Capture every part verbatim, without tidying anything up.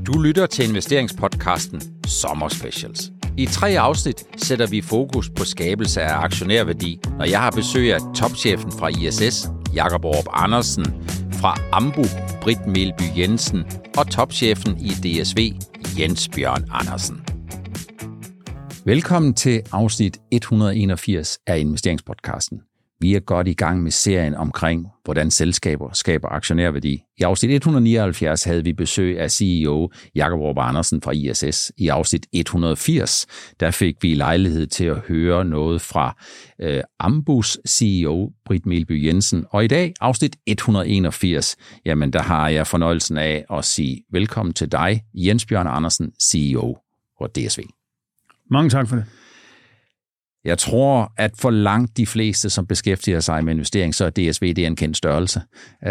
Du lytter til investeringspodcasten Sommer Specials. I tre afsnit sætter vi fokus på skabelse af aktionærværdi, når jeg har besøg af topchefen fra I S S, Jakob Aarup Andersen, fra Ambu, Britt Meelby Jensen og topchefen i D S V, Jens Bjørn Andersen. Velkommen til afsnit et hundrede og enogfirs af investeringspodcasten. Vi er godt i gang med serien omkring, hvordan selskaber skaber aktionærværdi. I afsnit et hundrede og nioghalvfjerds havde vi besøg af C E O Jakob Aarup Andersen fra I S S. I afsnit et hundrede og firs, der fik vi lejlighed til at høre noget fra øh, Ambus C E O Britt Meelby Jensen. Og i dag, afsnit et hundrede og enogfirs, jamen der har jeg fornøjelsen af at sige velkommen til dig, Jens Bjørn Andersen, C E O og D S V. Mange tak for det. Jeg tror, at for langt de fleste, som beskæftiger sig med investering, så er D S V det er en kendt størrelse.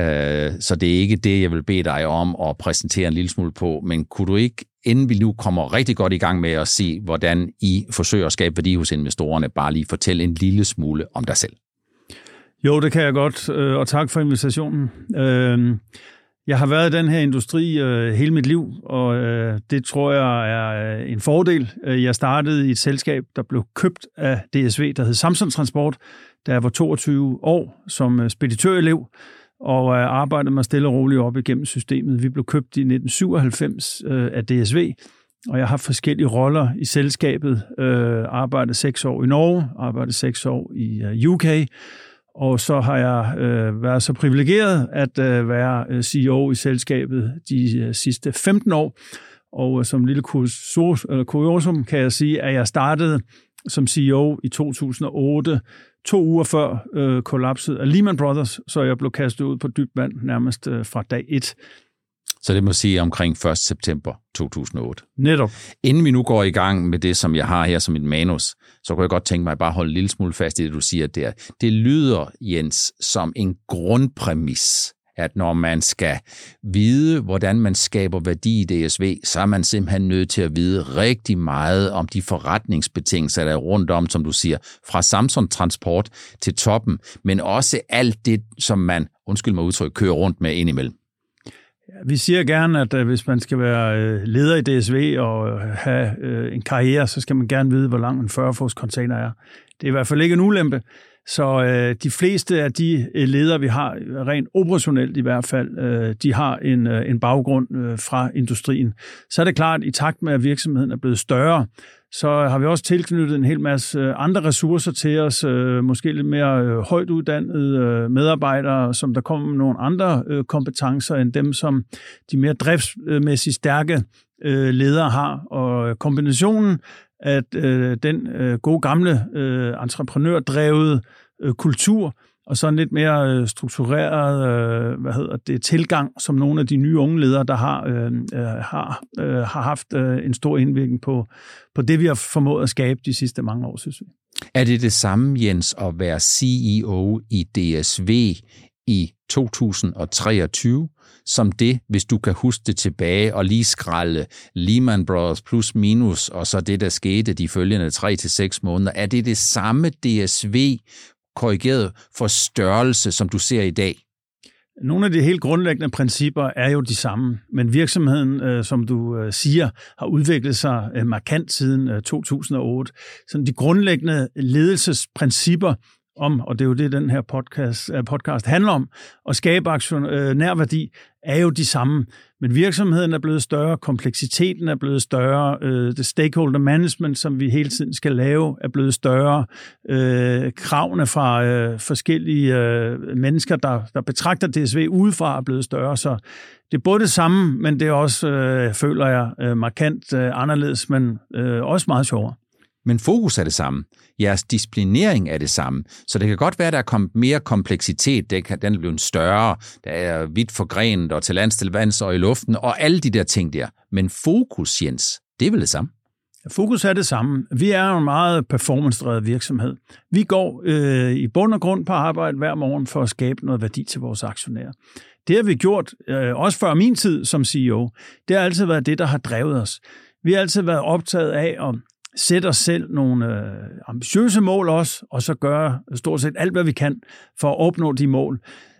Så det er ikke det, jeg vil bede dig om at præsentere en lille smule på. Men kunne du ikke, inden vi nu kommer rigtig godt i gang med at se, hvordan I forsøger at skabe værdi hos investorerne, bare lige fortælle en lille smule om dig selv? Jo, det kan jeg godt, og tak for invitationen. Jeg har været i den her industri øh, hele mit liv, og øh, det tror jeg er en fordel. Jeg startede i et selskab, der blev købt af D S V, der hed Samsung Transport, da jeg var toogtyve år som speditørelev, og øh, arbejdede mig stille og roligt op igennem systemet. Vi blev købt i nitten syvoghalvfems øh, af D S V, og jeg har forskellige roller i selskabet. Øh, arbejdet seks år i Norge, arbejdet seks år i øh, U K, og så har jeg øh, været så privilegeret at øh, være C E O i selskabet de øh, sidste femten år. Og øh, som lille kuriosum kan jeg sige, at jeg startede som C E O i to tusind og otte, to uger før øh, kollapset af Lehman Brothers, så jeg blev kastet ud på dybt vand nærmest øh, fra dag et. Så det må sige omkring første september to tusind og otte. Netop. Inden vi nu går i gang med det, som jeg har her som et manus, så kunne jeg godt tænke mig at bare holde en lille smule fast i det, du siger der. Det lyder, Jens, som en grundpræmis, at når man skal vide, hvordan man skaber værdi i D S V, så er man simpelthen nødt til at vide rigtig meget om de forretningsbetingelser, der er rundt om, som du siger, fra Samsung Transport til toppen, men også alt det, som man, undskyld mig udtryk, kører rundt med indimellem. Vi siger gerne, at hvis man skal være leder i D S V og have en karriere, så skal man gerne vide, hvor lang en fyrre fods container er. Det er i hvert fald ikke en ulempe. Så de fleste af de ledere, vi har, rent operationelt i hvert fald, de har en, en baggrund fra industrien. Så er det klart, at i takt med, at virksomheden er blevet større, så har vi også tilknyttet en hel masse andre ressourcer til os, måske lidt mere højt uddannede medarbejdere, som der kommer med nogle andre kompetencer end dem, som de mere driftsmæssigt stærke ledere har. Og kombinationen af den gode gamle entreprenørdrevede kultur, og så en lidt mere struktureret øh, hvad hedder det, tilgang, som nogle af de nye unge ledere, der har, øh, har, øh, har haft øh, en stor indvirkning på, på det, vi har formået at skabe de sidste mange år, synes vi. Er det det samme, Jens, at være C E O i D S V i to tusind og treogtyve, som det, hvis du kan huske det tilbage og lige skralde Lehman Brothers plus minus, og så det, der skete de følgende tre til seks måneder? Er det det samme D S V, korrigeret for størrelse, som du ser i dag? Nogle af de helt grundlæggende principper er jo de samme, men virksomheden, som du siger, har udviklet sig markant siden to tusind og otte. Så de grundlæggende ledelsesprincipper om, og det er jo det, den her podcast, podcast handler om, at skabe aktionærværdi, er jo de samme. Men virksomheden er blevet større, kompleksiteten er blevet større, det stakeholder management, som vi hele tiden skal lave, er blevet større, kravene fra forskellige mennesker, der, der betragter D S V udefra, er blevet større. Så det er både det samme, men det er også, føler jeg, markant anderledes, men også meget sjovere. Men fokus er det samme. Jeres disciplinering er det samme. Så det kan godt være, at der er kommet mere kompleksitet. Det kan, den er blevet større. Der er vidt forgrenet og til lands, til vands og i luften og alle de der ting der. Men fokus, Jens, det er vel det samme? Fokus er det samme. Vi er jo en meget performance-drevet virksomhed. Vi går øh, i bund og grund på arbejde hver morgen for at skabe noget værdi til vores aktionærer. Det har vi gjort, øh, også før min tid som C E O. Det har altid været det, der har drevet os. Vi har altid været optaget af at sætte os selv nogle øh, ambitiøse mål også, og så gøre stort set alt, hvad vi kan for at opnå de mål.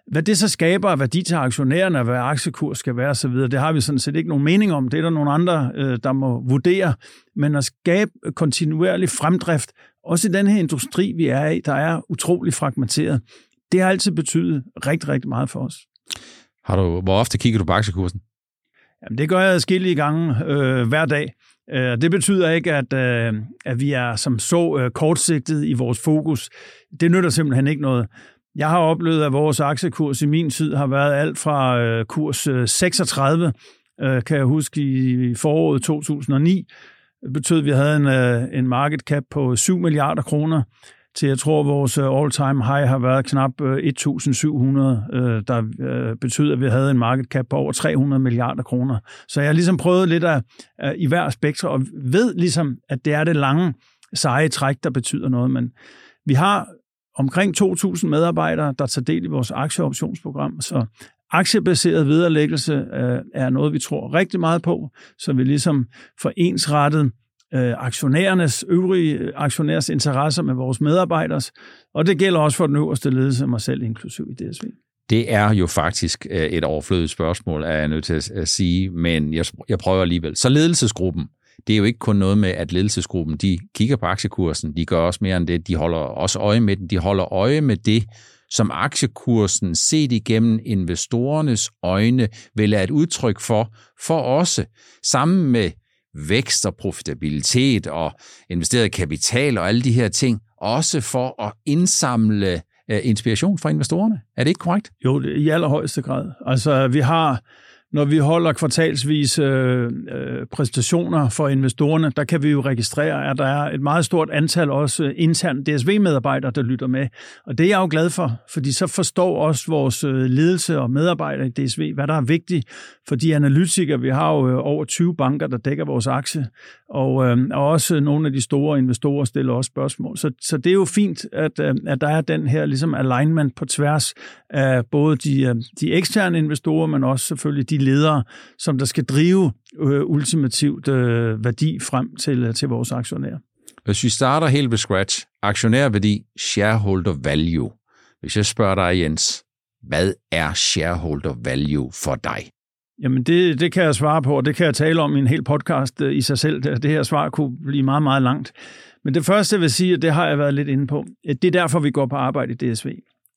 Hvad det så skaber af værdi til aktionærerne, hvad aktiekurs skal være osv., det har vi sådan set ikke nogen mening om. Det er der nogle andre, der må vurdere. Men at skabe kontinuerlig fremdrift, også i den her industri, vi er i, der er utrolig fragmenteret, det har altid betydet rigtig, rigtig meget for os. Har du, hvor ofte kigger du på aktiekursen? Jamen, det gør jeg adskillige gange øh, hver dag. Øh, det betyder ikke, at, øh, at vi er som så øh, kortsigtet i vores fokus. Det nytter simpelthen ikke noget. Jeg har oplevet, at vores aktiekurs i min tid har været alt fra øh, kurs øh, seksogtredive, øh, kan jeg huske i foråret to tusind og ni. Det betød, at vi havde en, øh, en market cap på syv milliarder kroner, til jeg tror, vores all-time high har været knap et tusind syv hundrede, øh, der øh, betød, at vi havde en market cap på over tre hundrede milliarder kroner. Så jeg har ligesom prøvet lidt af, af i hver spektrum, og ved ligesom, at det er det lange, seje træk, der betyder noget. Men vi har omkring to tusind medarbejdere, der tager del i vores aktieoptionsprogram, så aktiebaseret vederlæggelse øh, er noget, vi tror rigtig meget på, så vi ligesom får ensrettet øh, aktionærernes, øvrige aktionærers interesser med vores medarbejders, og det gælder også for den øverste ledelse, mig selv inklusiv i D S V. Det er jo faktisk et overflødigt spørgsmål, er jeg nødt til at sige, men jeg, jeg prøver alligevel. Så ledelsesgruppen, det er jo ikke kun noget med, at ledelsesgruppen, de kigger på aktiekursen, de gør også mere end det, de holder også øje med den, de holder øje med det, som aktiekursen set igennem investorernes øjne vil være et udtryk for, for også sammen med vækst og profitabilitet og investeret kapital og alle de her ting, også for at indsamle inspiration fra investorerne. Er det ikke korrekt? Jo, i allerhøjeste grad. Altså, vi har, når vi holder kvartalsvis øh, præsentationer for investorerne, der kan vi jo registrere, at der er et meget stort antal også interne D S V-medarbejdere, der lytter med. Og det er jeg jo glad for, fordi så forstår også vores ledelse og medarbejdere i D S V, hvad der er vigtigt for de analytikere. Vi har jo over tyve banker, der dækker vores aktie, og, øh, og også nogle af de store investorer stiller også spørgsmål. Så, så det er jo fint, at, at der er den her ligesom alignment på tværs af både de, de eksterne investorer, men også selvfølgelig de ledere, som der skal drive øh, ultimativt øh, værdi frem til, til vores aktionærer. Hvis vi starter helt ved scratch, aktionærværdi, shareholder value. Hvis jeg spørger dig, Jens, hvad er shareholder value for dig? Jamen det, det kan jeg svare på, og det kan jeg tale om i en hel podcast i sig selv. Det her svar kunne blive meget, meget langt. Men det første, jeg vil sige, og det har jeg været lidt inde på, det er derfor, vi går på arbejde i D S V.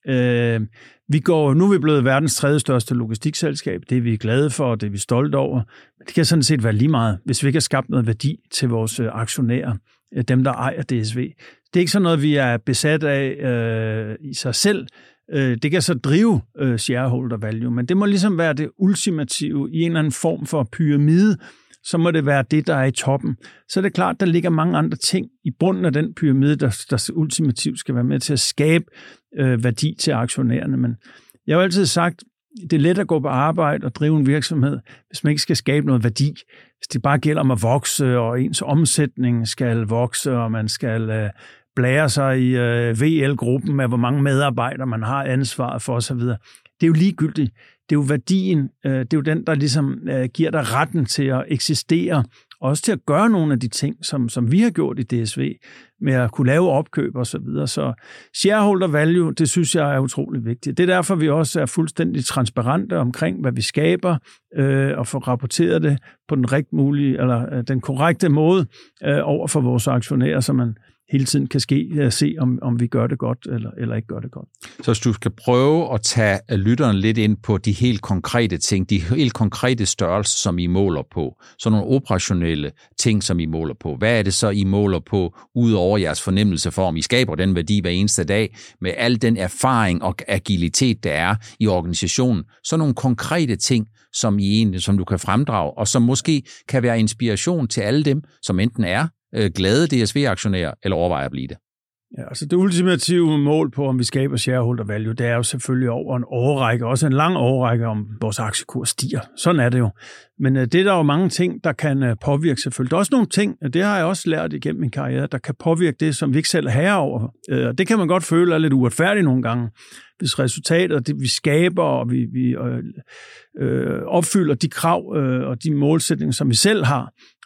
Øh, vi går, nu er vi blevet verdens tredje største logistikselskab. Det er vi glade for, og det er vi stolte over. Men det kan sådan set være lige meget, hvis vi ikke har skabt noget værdi til vores aktionærer, dem der ejer D S V. Det er ikke sådan noget, vi er besat af øh, i sig selv. Det kan så drive øh, shareholder value, men det må ligesom være det ultimative i en eller anden form for pyramide, så må det være det, der er i toppen. Så er det klart, der ligger mange andre ting i bunden af den pyramide, der, der ultimativt skal være med til at skabe øh, værdi til aktionærerne. Men jeg har jo altid sagt, det er let at gå på arbejde og drive en virksomhed, hvis man ikke skal skabe noget værdi. Hvis det bare gælder om at vokse, og ens omsætning skal vokse, og man skal øh, blære sig i øh, V L-gruppen med, hvor mange medarbejdere man har ansvaret for osv. Det er jo ligegyldigt. Det er jo værdien, øh, det er jo den, der ligesom øh, giver dig retten til at eksistere, og også til at gøre nogle af de ting, som, som vi har gjort i D S V, med at kunne lave opkøb og så videre. Så shareholder value, det synes jeg er utrolig vigtigt. Det er derfor, vi også er fuldstændig transparente omkring, hvad vi skaber, øh, og får rapporteret det på den rigt mulige, eller øh, den korrekte måde øh, over for vores aktionærer, så man hele tiden kan ske, se, om, om vi gør det godt eller, eller ikke gør det godt. Så hvis du skal prøve at tage lytteren lidt ind på de helt konkrete ting, de helt konkrete størrelser, som I måler på, så nogle operationelle ting, som I måler på. Hvad er det så, I måler på, ud over jeres fornemmelse for, om I skaber den værdi hver eneste dag, med al den erfaring og agilitet, der er i organisationen? Så nogle konkrete ting, som, I egentlig, som du kan fremdrage, og som måske kan være inspiration til alle dem, som enten er glade D S V-aktionærer, eller overvejer at blive det? Ja, altså det ultimative mål på, om vi skaber shareholder value, det er jo selvfølgelig over en årrække, også en lang årrække, om vores aktiekurs stiger. Sådan er det jo. Men det er der jo mange ting, der kan påvirke selvfølgelig. Der er også nogle ting, det har jeg også lært igennem min karriere, der kan påvirke det, som vi ikke selv er herre over. Det kan man godt føle er lidt uretfærdigt nogle gange, hvis resultatet, det vi skaber, og vi, vi øh, opfylder de krav øh, og de målsætninger, som vi selv har,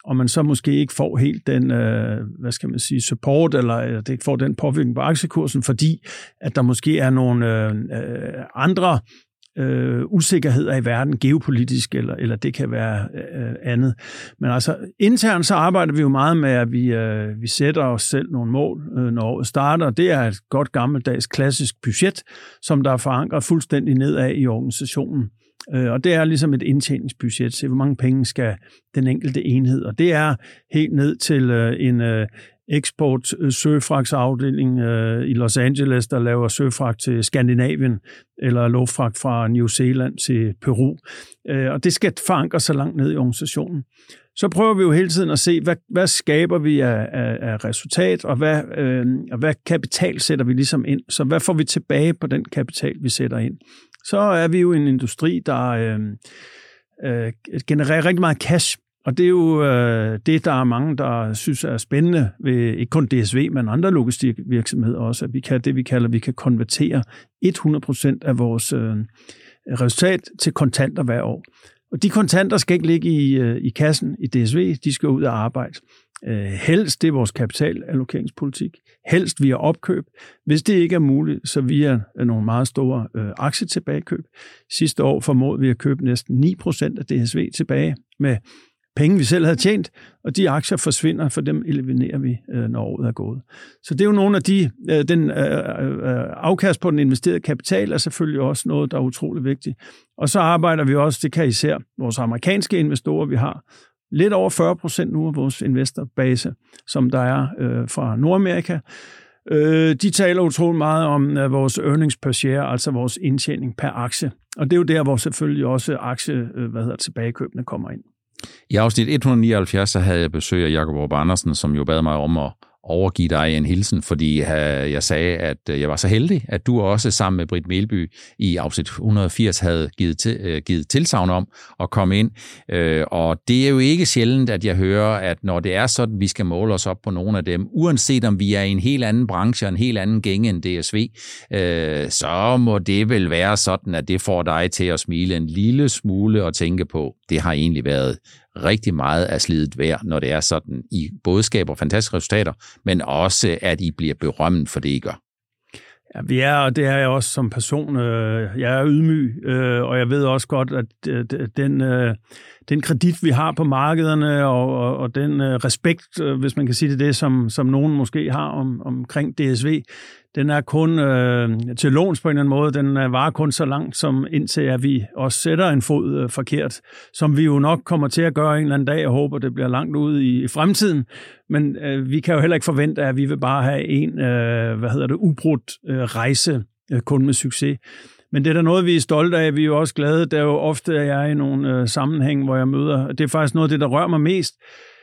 og man så måske ikke får helt den, øh, hvad skal man sige, support, eller, eller det ikke får den påvirkning på aktiekursen, fordi at der måske er nogle øh, andre øh, usikkerheder i verden, geopolitisk, eller, eller det kan være øh, andet. Men altså internt så arbejder vi jo meget med, at vi, øh, vi sætter os selv nogle mål, øh, når året starter. Det er et godt gammeldags klassisk budget, som der er forankret fuldstændig nedad i organisationen. Og det er ligesom et indtjeningsbudget, så hvor mange penge skal den enkelte enhed, og det er helt ned til en eksport søfragtsafdeling i Los Angeles, der laver søfragt til Skandinavien, eller luftfragt fra New Zealand til Peru, og det skal forankre så langt ned i organisationen. Så prøver vi jo hele tiden at se, hvad, hvad skaber vi af, af, af resultat, og hvad, øh, og hvad kapital sætter vi ligesom ind, så hvad får vi tilbage på den kapital, vi sætter ind. Så er vi jo en industri, der øh, øh, genererer rigtig meget cash, og det er jo øh, det, der er mange, der synes er spændende ved ikke kun D S V, men andre logistikvirksomheder også, at vi kan det, vi kalder, vi kan konvertere hundrede procent af vores øh, resultat til kontanter hver år. Og de kontanter skal ikke ligge i, øh, i kassen i D S V, de skal ud og arbejde. Øh, helst, det er vores kapitalallokeringspolitik. Helst via opkøb. Hvis det ikke er muligt, så via nogle meget store øh, aktietilbagekøb. Sidste år formåede vi at købe næsten ni procent af D S V tilbage med penge, vi selv havde tjent, og de aktier forsvinder, for dem eliminerer vi, øh, når året er gået. Så det er jo nogle af de, øh, den øh, øh, afkast på den investerede kapital er selvfølgelig også noget, der er utrolig vigtigt. Og så arbejder vi også, det kan især vores amerikanske investorer, vi har lidt over fyrre procent nu af vores investorbase, som der er øh, fra Nordamerika. Øh, de taler utrolig meget om øh, vores earnings per share, altså vores indtjening per aktie. Og det er jo der, hvor selvfølgelig også aktie, øh, hvad hedder, tilbagekøbene kommer ind. I afsnit et hundrede nioghalvfjerds så havde jeg besøg af Jakob Aarup Andersen, som jo bad mig om at overgive dig en hilsen, fordi jeg sagde, at jeg var så heldig, at du også sammen med Britt Melby i afsnit et hundrede og firs havde givet, til, givet tilsagn om at komme ind. Og det er jo ikke sjældent, at jeg hører, at når det er sådan, vi skal måle os op på nogle af dem, uanset om vi er i en helt anden branche, en helt anden gænge end D S V, så må det vel være sådan, at det får dig til at smile en lille smule og tænke på, det har egentlig været rigtig meget af slidet værd, når det er sådan, I både skaber fantastiske resultater, men også, at I bliver berømmet for det, I gør. Ja, vi er, og det er jeg også som person. Jeg er ydmyg, og jeg ved også godt, at den, den kredit, vi har på markederne, og, og den respekt, hvis man kan sige det, det som, som nogen måske har om, omkring D S V, den er kun øh, til låns på en eller anden måde. Den varer kun så langt, som indtil at vi også sætter en fod øh, forkert, som vi jo nok kommer til at gøre en eller anden dag, og håber, det bliver langt ude i, i fremtiden. Men øh, vi kan jo heller ikke forvente, at vi vil bare have en, øh, hvad hedder det, ubrudt øh, rejse øh, kun med succes. Men det er da noget, vi er stolte af. Vi er jo også glade. Der er jo ofte, at jeg er i nogle øh, sammenhæng, hvor jeg møder. Det er faktisk noget af det, der rører mig mest.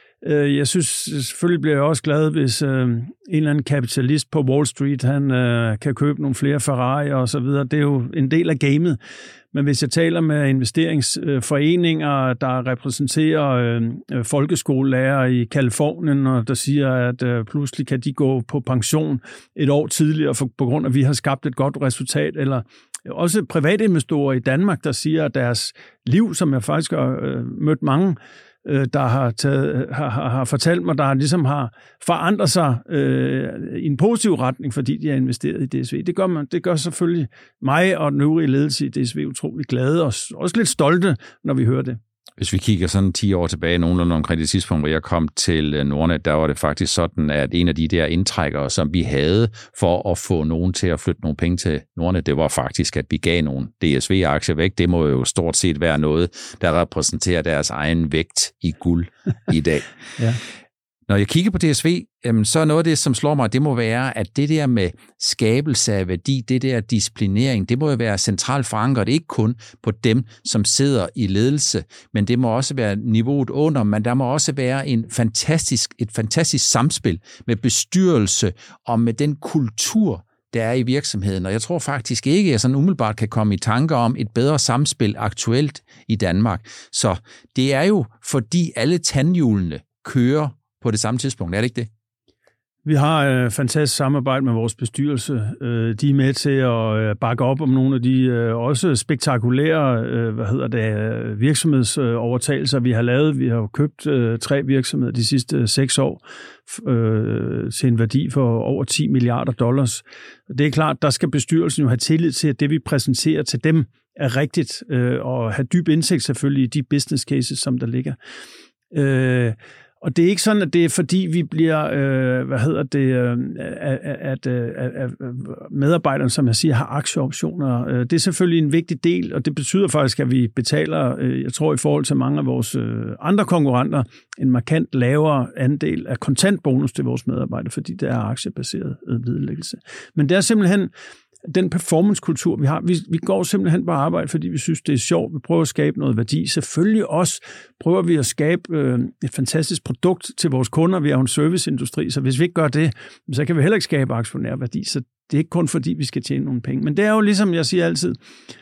Jeg synes, selvfølgelig bliver jeg også glad, hvis øh, en eller anden kapitalist på Wall Street, han øh, kan købe nogle flere Ferrari og så videre. Det er jo en del af gamet. Men hvis jeg taler med investeringsforeninger, der repræsenterer øh, folkeskolelærere i Kalifornien, og der siger, at øh, pludselig kan de gå på pension et år tidligere, for, på grund af, at vi har skabt et godt resultat, eller også private investorer i Danmark, der siger, at deres liv, som jeg faktisk har øh, mødt mange, der har, taget, har, har fortalt mig, der ligesom har forandret sig øh, i en positiv retning, fordi de har investeret i D S V. Det gør, man, det gør selvfølgelig mig og den øvrige ledelse i D S V utrolig glade, og også lidt stolte, når vi hører det. Hvis vi kigger sådan ti år tilbage, nogenlunde omkring det tidspunkt, hvor jeg kom til Nordnet, der var det faktisk sådan, at en af de der indtrækkere, som vi havde for at få nogen til at flytte nogle penge til Nordnet, det var faktisk, at vi gav nogle D S V-aktier væk. Det må jo stort set være noget, der repræsenterer deres egen vægt i guld i dag. Ja. Når jeg kigger på D S V, så er noget af det, som slår mig, det må være, at det der med skabelse af værdi, det der disciplinering, det må jo være centralt forankret, ikke kun på dem, som sidder i ledelse, men det må også være niveauet under, men der må også være en fantastisk, et fantastisk samspil med bestyrelse og med den kultur, der er i virksomheden. Og jeg tror faktisk ikke, at jeg sådan umiddelbart kan komme i tanker om et bedre samspil aktuelt i Danmark. Så det er jo, fordi alle tandhjulene kører på det samme tidspunkt, er det ikke det? Vi har et fantastisk samarbejde med vores bestyrelse. De er med til at bakke op om nogle af de også spektakulære hvad hedder det, virksomhedsovertagelser, vi har lavet. Vi har jo købt tre virksomheder de sidste seks år til en værdi for over ti milliarder dollars. Det er klart, der skal bestyrelsen jo have tillid til, at det vi præsenterer til dem er rigtigt, og have dyb indsigt selvfølgelig i de business cases, som der ligger. Og det er ikke sådan, at det er fordi, vi bliver, øh, hvad hedder det, øh, at, at, at medarbejderne, som jeg siger, har aktieoptioner. Det er selvfølgelig en vigtig del, og det betyder faktisk, at vi betaler, øh, jeg tror i forhold til mange af vores øh, andre konkurrenter, en markant lavere andel af kontantbonus til vores medarbejdere, fordi det er aktiebaseret vedlæggelse. Men det er simpelthen den performancekultur, vi har. Vi, vi går simpelthen på arbejde, fordi vi synes, det er sjovt. Vi prøver at skabe noget værdi. Selvfølgelig også prøver vi at skabe øh, et fantastisk produkt til vores kunder. Vi er jo en serviceindustri, så hvis vi ikke gør det, så kan vi heller ikke skabe aktionær værdi. Så det er ikke kun fordi, vi skal tjene nogle penge. Men det er jo ligesom, jeg siger altid,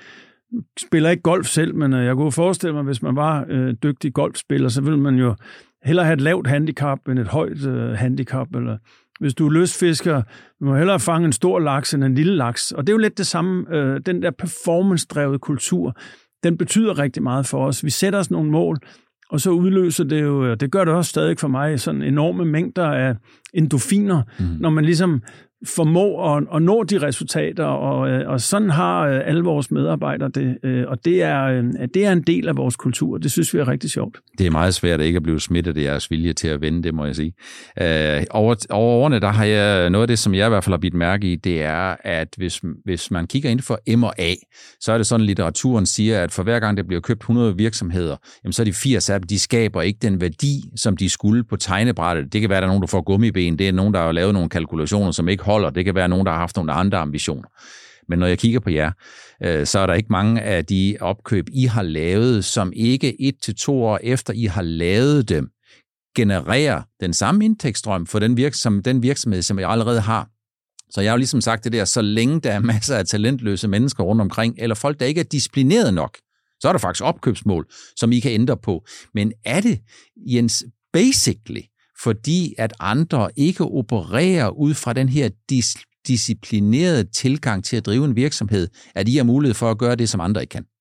jeg spiller ikke golf selv, men jeg kunne forestille mig, hvis man var øh, dygtig golfspiller, så ville man jo hellere have et lavt handicap end et højt øh, handicap, eller hvis du er lystfisker, du må hellere fange en stor laks end en lille laks. Og det er jo lidt det samme, øh, den der performance-drevet kultur, den betyder rigtig meget for os. Vi sætter os nogle mål, og så udløser det jo, det gør det også stadig for mig, sådan enorme mængder af endorfiner, mm. når man ligesom formår at, at nå de resultater, og, og sådan har alle vores medarbejdere det, og det er, det er en del af vores kultur. Det synes vi er rigtig sjovt. Det er meget svært at ikke at blive smittet af jeres vilje til at vende, det må jeg sige. Øh, over, over årene, der har jeg noget af det, som jeg i hvert fald har bidt mærke i, det er, at hvis, hvis man kigger inden for M og A, så er det sådan, litteraturen siger, at for hver gang der bliver købt hundrede virksomheder, jamen så er de firs af dem, de skaber ikke den værdi, som de skulle på tegnebrættet. Det kan være, at der er nogen, der får gummiben, det er nogen, der har lavet nogle kalkulationer, som ikke holder. Det kan være nogen, der har haft nogle andre ambitioner. Men når jeg kigger på jer, øh, så er der ikke mange af de opkøb, I har lavet, som ikke et til to år efter, I har lavet dem, genererer den samme indtægtsstrøm for den, virks- som den virksomhed, som jeg allerede har. Så jeg har jo ligesom sagt det der, så længe der er masser af talentløse mennesker rundt omkring, eller folk, der ikke er disciplineret nok, så er der faktisk opkøbsmål, som I kan ændre på. Men er det, Jens, basically, fordi at andre ikke opererer ud fra den her dis- disciplinerede tilgang til at drive en virksomhed, at I har mulighed for at gøre det, som andre ikke kan?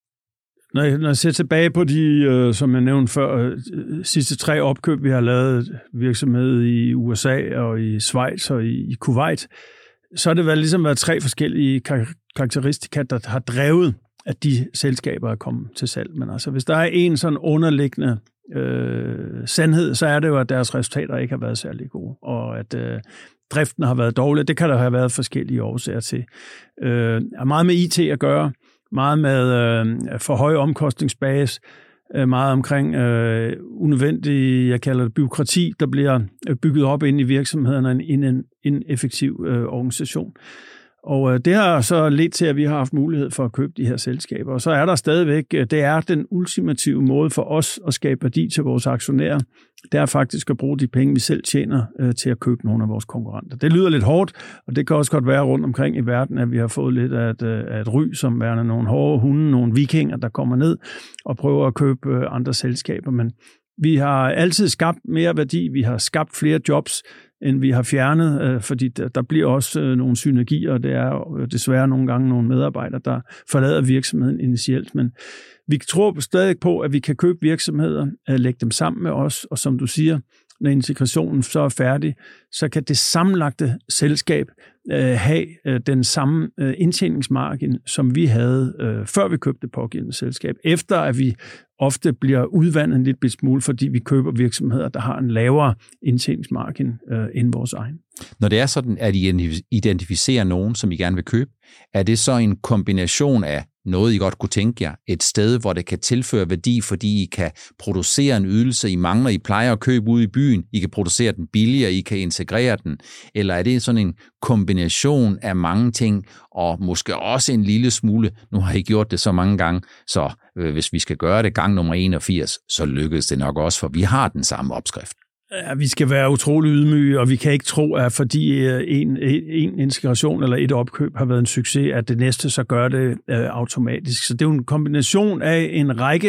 Når jeg, når jeg ser tilbage på de, øh, som jeg nævnte før, øh, sidste tre opkøb, vi har lavet virksomhed i U S A og i Schweiz og i, i Kuwait, så har det været, ligesom været tre forskellige kar- karakteristika, der har drevet, at de selskaber er kommet til salg. Men altså, hvis der er en sådan underliggende øh, sandhed, så er det jo, at deres resultater ikke har været særlig gode, og at øh, driften har været dårlig. Det kan der have været forskellige årsager til. Øh, er meget med I T at gøre, meget med øh, for høj omkostningsbase, øh, meget omkring øh, unødvendig, jeg kalder det byråkrati, der bliver bygget op inde i virksomhederne i en, en, en effektiv øh, organisation. Og øh, det har så ledt til, at vi har haft mulighed for at købe de her selskaber. Og så er der stadigvæk, det er den ultimative måde for os at skabe værdi til vores aktionærer, det er faktisk at bruge de penge, vi selv tjener, øh, til at købe nogle af vores konkurrenter. Det lyder lidt hårdt, og det kan også godt være rundt omkring i verden, at vi har fået lidt af et, af et ry, som værende nogle hårde hunde, nogle vikinger, der kommer ned og prøver at købe øh, andre selskaber. Men vi har altid skabt mere værdi, vi har skabt flere jobs, end vi har fjernet, øh, fordi der, der bliver også øh, nogle synergier, og det er øh, desværre nogle gange nogle medarbejdere, der forlader virksomheden initielt. Men vi tror stadig på, at vi kan købe virksomheder, øh, lægge dem sammen med os, og som du siger, når integrationen så er færdig, så kan det sammenlagte selskab øh, have øh, den samme øh, indtjeningsmargin, som vi havde, øh, før vi købte det pågældende selskab, efter at vi ofte bliver udvandet en lidt smule, fordi vi køber virksomheder, der har en lavere indtjeningsmargin øh, end vores egen. Når det er sådan, at I identificerer nogen, som I gerne vil købe, er det så en kombination af noget, I godt kunne tænke jer, et sted, hvor det kan tilføre værdi, fordi I kan producere en ydelse, I mangler, I plejer at købe ude i byen, I kan producere den billigere, I kan integrere den, eller er det sådan en kombination af mange ting, og måske også en lille smule, nu har I gjort det så mange gange, så øh, hvis vi skal gøre det gang nummer enogfirs, så lykkes det nok også, for vi har den samme opskrift. Ja, vi skal være utrolig ydmyge, og vi kan ikke tro, at fordi en, en integration eller et opkøb har været en succes, at det næste så gør det øh, automatisk. Så det er jo en kombination af en række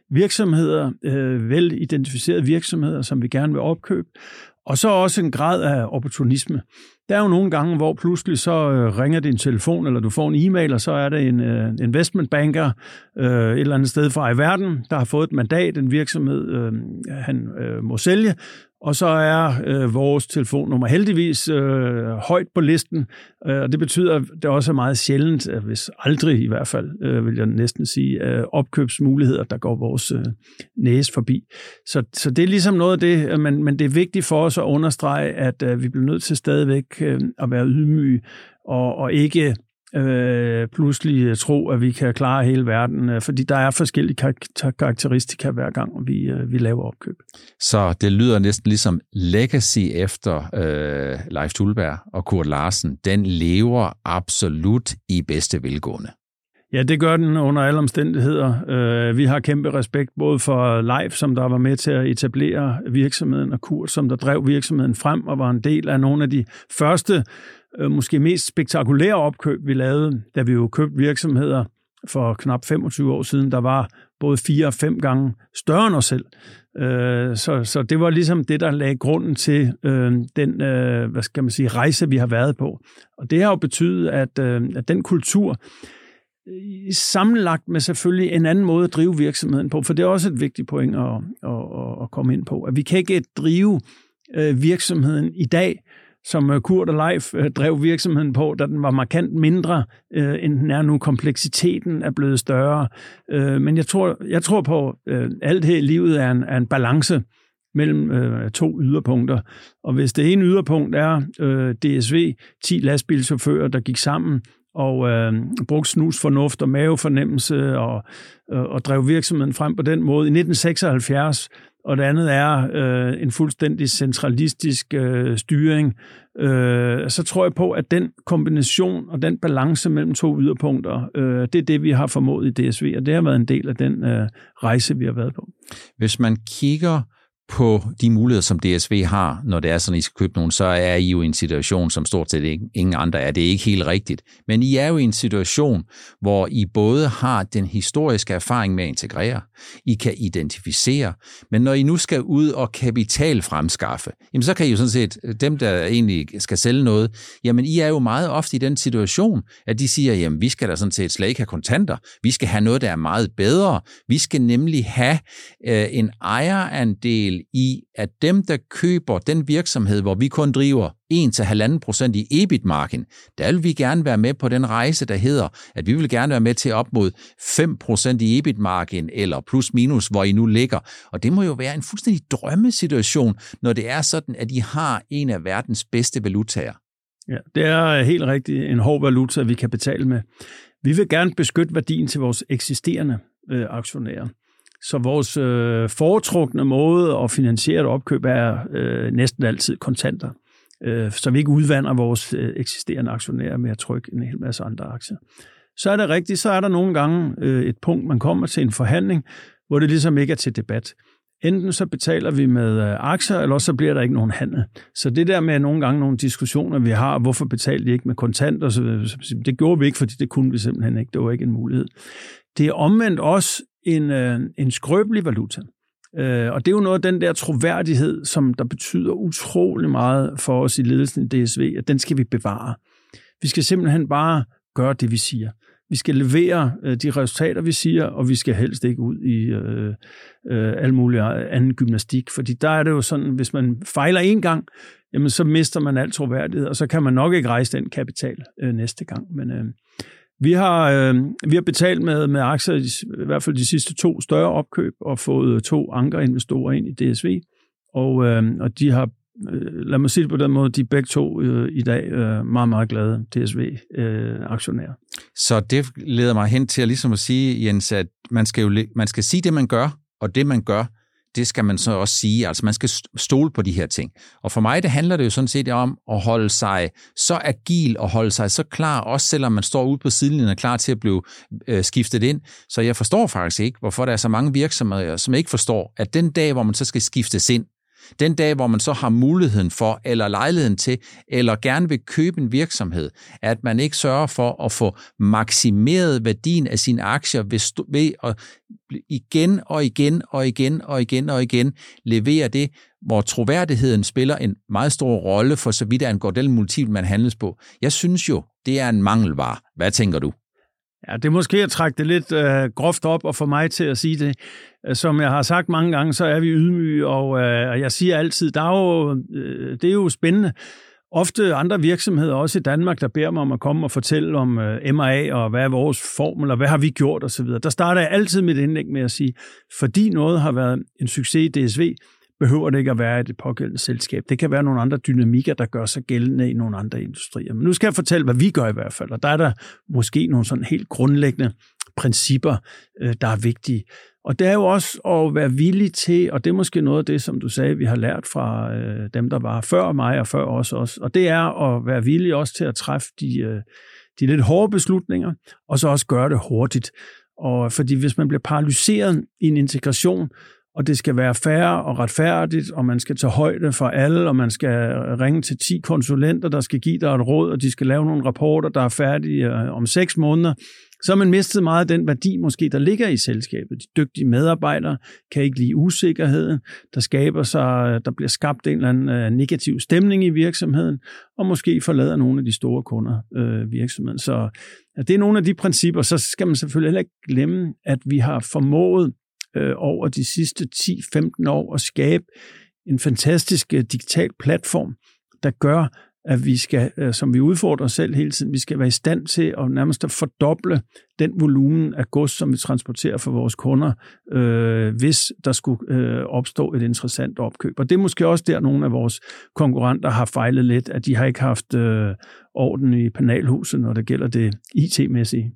virksomheder, øh, vel identificerede virksomheder, som vi gerne vil opkøbe, og så også en grad af opportunisme. Der er jo nogle gange, hvor pludselig så øh, ringer din telefon, eller du får en e-mail, og så er der en øh, investmentbanker øh, et eller andet sted fra i verden, der har fået et mandat, en virksomhed, øh, han øh, må sælge, og så er øh, vores telefonnummer heldigvis øh, højt på listen, øh, og det betyder, at det også er meget sjældent, hvis aldrig i hvert fald, øh, vil jeg næsten sige, øh, opkøbsmuligheder, der går vores øh, næse forbi. Så, så det er ligesom noget af det, men, men det er vigtigt for os at understrege, at øh, vi bliver nødt til stadigvæk øh, at være ydmyge, og, og ikke øh, pludselig tro, at vi kan klare hele verden, øh, fordi der er forskellige kar- karakteristika hver gang, vi, øh, vi laver opkøb. Så det lyder næsten ligesom legacy efter øh, Leif Tullberg og Kurt Larsen. Den lever absolut i bedste velgående. Ja, det gør den under alle omstændigheder. Øh, vi har kæmpe respekt både for Leif, som der var med til at etablere virksomheden, og Kurt, som der drev virksomheden frem og var en del af nogle af de første, måske mest spektakulære opkøb, vi lavede, da vi jo købte virksomheder for knap femogtyve år siden, der var både fire og fem gange større end os selv. Så, så det var ligesom det, der lagde grunden til den, hvad skal man sige, rejse, vi har været på. Og det har jo betydet, at, at den kultur, sammenlagt med selvfølgelig en anden måde at drive virksomheden på, for det er også et vigtigt point at, at, at komme ind på, at vi kan ikke drive virksomheden i dag, som Kurt og Leif drev virksomheden på, da den var markant mindre, end den er nu. Kompleksiteten er blevet større. Men jeg tror, jeg tror på, at alt her i livet er en, er en balance mellem to yderpunkter. Og hvis det ene yderpunkt er D S V, ti lastbilchauffører, der gik sammen, og øh, brugte snus, fornuft og mavefornemmelse og, øh, og drev virksomheden frem på den måde i nitten seksoghalvfjerds, og det andet er øh, en fuldstændig centralistisk øh, styring, øh, så tror jeg på, at den kombination og den balance mellem to yderpunkter, øh, det er det, vi har formået i D S V, og det har været en del af den øh, rejse, vi har været på. Hvis man kigger på de muligheder, som D S V har, når det er sådan, I skal købe nogen, så er I jo i en situation, som stort set ingen andre er. Det er ikke helt rigtigt. Men I er jo i en situation, hvor I både har den historiske erfaring med at integrere, I kan identificere, men når I nu skal ud og kapital fremskaffe, jamen så kan I jo sådan set, dem der egentlig skal sælge noget, jamen I er jo meget ofte i den situation, at de siger, jamen vi skal da sådan set slet ikke have kontanter, vi skal have noget, der er meget bedre, vi skal nemlig have øh, en ejerandel i, at dem, der køber den virksomhed, hvor vi kun driver en til halvanden procent i E B I T-marken, der vil vi gerne være med på den rejse, der hedder, at vi vil gerne være med til op mod fem procent i E B I T-marken, eller plus minus, hvor I nu ligger. Og det må jo være en fuldstændig drømmesituation, når det er sådan, at I har en af verdens bedste valutaer. Ja, det er helt rigtigt en hård valuta, vi kan betale med. Vi vil gerne beskytte værdien til vores eksisterende øh, aktionærer. Så vores øh, foretrukne måde at finansiere et opkøb er øh, næsten altid kontanter. Øh, så vi ikke udvander vores øh, eksisterende aktionærer med at trykke en hel masse andre aktier. Så er det rigtigt, så er der nogle gange øh, et punkt, man kommer til en forhandling, hvor det ligesom ikke er til debat. Enten så betaler vi med øh, aktier, eller så bliver der ikke nogen handel. Så det der med nogle gange nogle diskussioner, vi har, hvorfor betalte de ikke med kontanter, så, så, det gjorde vi ikke, fordi det kunne vi simpelthen ikke. Det var ikke en mulighed. Det er omvendt også en, øh, en skrøbelig valuta. Øh, og det er jo noget af den der troværdighed, som der betyder utrolig meget for os i ledelsen i D S V, at den skal vi bevare. Vi skal simpelthen bare gøre det, vi siger. Vi skal levere øh, de resultater, vi siger, og vi skal helst ikke ud i øh, øh, al mulig anden gymnastik. Fordi der er det jo sådan, hvis man fejler en gang, jamen så mister man al troværdighed, og så kan man nok ikke rejse den kapital øh, næste gang. Men øh, vi har øh, vi har betalt med med aktier, i hvert fald de sidste to større opkøb, og fået to ankerinvestorer ind i D S V, og øh, og de har, øh, lad mig sige det på den måde, de er begge to øh, i dag øh, meget meget glade D S V-aktionærer. Øh, Så det leder mig hen til at ligesom at sige, Jens, at man skal jo man skal sige det man gør, og det man gør, det skal man så også sige. Altså man skal stole på de her ting. Og for mig, det handler det jo sådan set om at holde sig så agil og holde sig så klar, også selvom man står ude på sidelinjen og klar til at blive øh, skiftet ind. Så jeg forstår faktisk ikke, hvorfor der er så mange virksomheder, som ikke forstår, at den dag, hvor man så skal skiftes ind, Den dag, hvor man så har muligheden for, eller lejligheden til, eller gerne vil købe en virksomhed, at man ikke sørger for at få maksimeret værdien af sine aktier ved, ved at igen og igen og igen og igen og igen levere det, hvor troværdigheden spiller en meget stor rolle for så vidt angår den multiple, man handles på. Jeg synes jo, det er en mangelvare. Hvad tænker du? Ja, det er måske at trække det lidt øh, groft op og få mig til at sige det. Som jeg har sagt mange gange, så er vi ydmyge, og øh, jeg siger altid, der er jo, øh, det er jo spændende. Ofte andre virksomheder, også i Danmark, der beder mig om at komme og fortælle om øh, M og A, og hvad er vores formel, og hvad har vi gjort osv. Der starter jeg altid mit indlæg med at sige, fordi noget har været en succes i D S V, behøver det ikke at være i det pågældende selskab. Det kan være nogle andre dynamikker, der gør sig gældende i nogle andre industrier. Men nu skal jeg fortælle, hvad vi gør i hvert fald, og der er der måske nogle sådan helt grundlæggende principper, der er vigtige. Og det er jo også at være villig til, og det er måske noget af det, som du sagde, vi har lært fra dem, der var før mig og før os også, og det er at være villig også til at træffe de, de lidt hårde beslutninger, og så også gøre det hurtigt. Og fordi hvis man bliver paralyseret i en integration, og det skal være fair og retfærdigt, og man skal tage højde for alle, og man skal ringe til ti konsulenter, der skal give dig et råd, og de skal lave nogle rapporter, der er færdige om seks måneder, så har man mistet meget af den værdi, måske, der ligger i selskabet. De dygtige medarbejdere kan ikke lide usikkerheden, der skaber sig, der bliver skabt en eller anden negativ stemning i virksomheden, og måske forlader nogle af de store kunder øh, virksomheden. Så ja, det er nogle af de principper. Så skal man selvfølgelig heller ikke glemme, at vi har formået over de sidste ti til femten år at skabe en fantastisk digital platform, der gør, at vi skal, som vi udfordrer os selv hele tiden, vi skal være i stand til at nærmest at fordoble den volumen af gods, som vi transporterer for vores kunder, øh, hvis der skulle øh, opstå et interessant opkøb. Og det er måske også der, nogle af vores konkurrenter har fejlet lidt, at de har ikke haft øh, orden i panelhuset, når det gælder det I T-mæssige.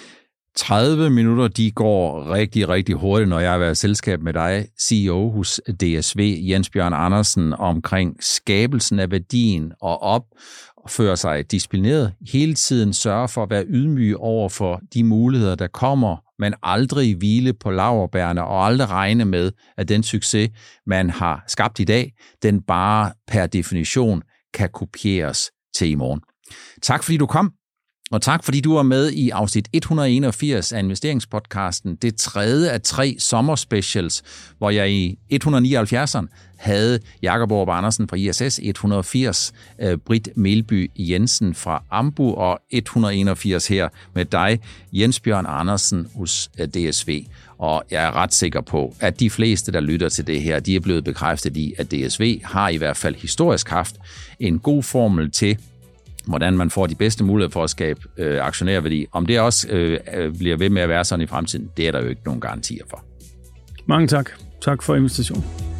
tredive minutter, de går rigtig, rigtig hurtigt, når jeg har været i selskab med dig, C E O hos D S V, Jens Bjørn Andersen, omkring skabelsen af værdien og opføre sig disciplineret, hele tiden sørge for at være ydmyg over for de muligheder, der kommer, men aldrig hvile på laurbærrene og aldrig regne med, at den succes, man har skabt i dag, den bare per definition kan kopieres til i morgen. Tak fordi du kom. Og tak, fordi du var med i afsnit et hundrede og enogfirs af Investeringspodcasten, det tredje af tre sommerspecials, hvor jeg i et hundrede og nioghalvfjerdseren havde Jakob Aarup Andersen fra I S S, et hundrede og firs Britt Melby Jensen fra Ambu og et hundrede og enogfirs her med dig, Jens Bjørn Andersen hos D S V. Og jeg er ret sikker på, at de fleste, der lytter til det her, de er blevet bekræftet i, at D S V har i hvert fald historisk haft en god formel til, hvordan man får de bedste muligheder for at skabe øh, aktionærværdi. Om det også øh, bliver ved med at være sådan i fremtiden, det er der jo ikke nogen garantier for. Mange tak. Tak for invitationen.